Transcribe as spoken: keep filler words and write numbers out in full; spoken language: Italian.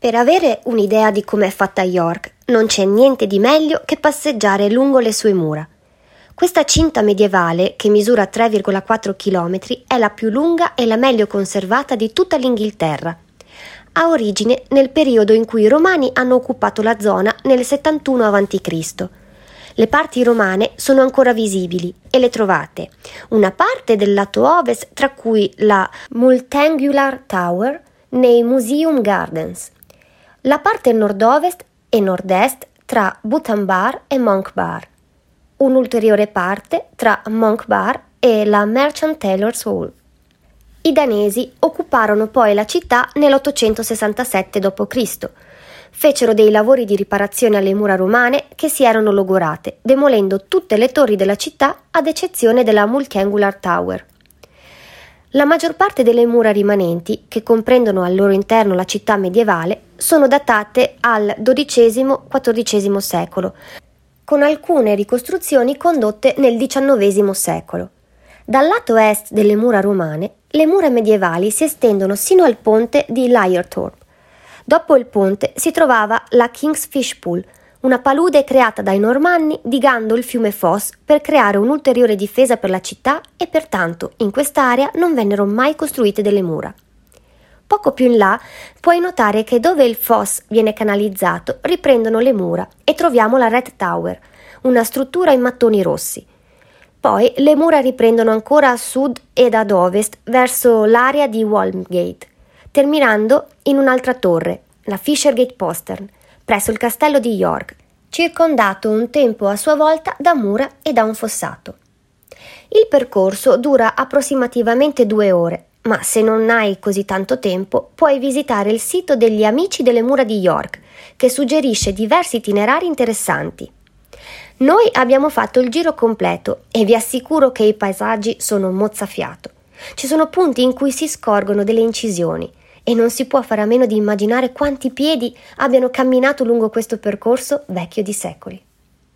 Per avere un'idea di com'è fatta York, non c'è niente di meglio che passeggiare lungo le sue mura. Questa cinta medievale, che misura tre virgola quattro chilometri, è la più lunga e la meglio conservata di tutta l'Inghilterra. Ha origine nel periodo in cui i Romani hanno occupato la zona nel settantuno avanti Cristo. Le parti romane sono ancora visibili e le trovate una parte del lato ovest, tra cui la Multangular Tower, nei Museum Gardens, la parte nord-ovest e nord-est tra Button Bar e Monk Bar, un'ulteriore parte tra Monk Bar e la Merchant Taylor's Hall. I danesi occuparono poi la città nell'ottocentosessantasette dopo Cristo Fecero dei lavori di riparazione alle mura romane che si erano logorate, demolendo tutte le torri della città ad eccezione della Multangular Tower. La maggior parte delle mura rimanenti, che comprendono al loro interno la città medievale, sono datate al dodicesimo quattordicesimo secolo, con alcune ricostruzioni condotte nel diciannovesimo secolo. Dal lato est delle mura romane, le mura medievali si estendono sino al ponte di Liarthorpe. Dopo il ponte si trovava la King's Fish Pool, una palude creata dai Normanni digando il fiume Foss per creare un'ulteriore difesa per la città e pertanto in quest'area non vennero mai costruite delle mura. Poco più in là puoi notare che dove il Foss viene canalizzato riprendono le mura e troviamo la Red Tower, una struttura in mattoni rossi. Poi le mura riprendono ancora a sud ed ad ovest verso l'area di Walmgate, terminando in un'altra torre, la Fishergate Postern, presso il castello di York, circondato un tempo a sua volta da mura e da un fossato. Il percorso dura approssimativamente due ore, ma se non hai così tanto tempo puoi visitare il sito degli Amici delle Mura di York, che suggerisce diversi itinerari interessanti. Noi abbiamo fatto il giro completo e vi assicuro che i paesaggi sono mozzafiato. Ci sono punti in cui si scorgono delle incisioni e non si può fare a meno di immaginare quanti piedi abbiano camminato lungo questo percorso vecchio di secoli.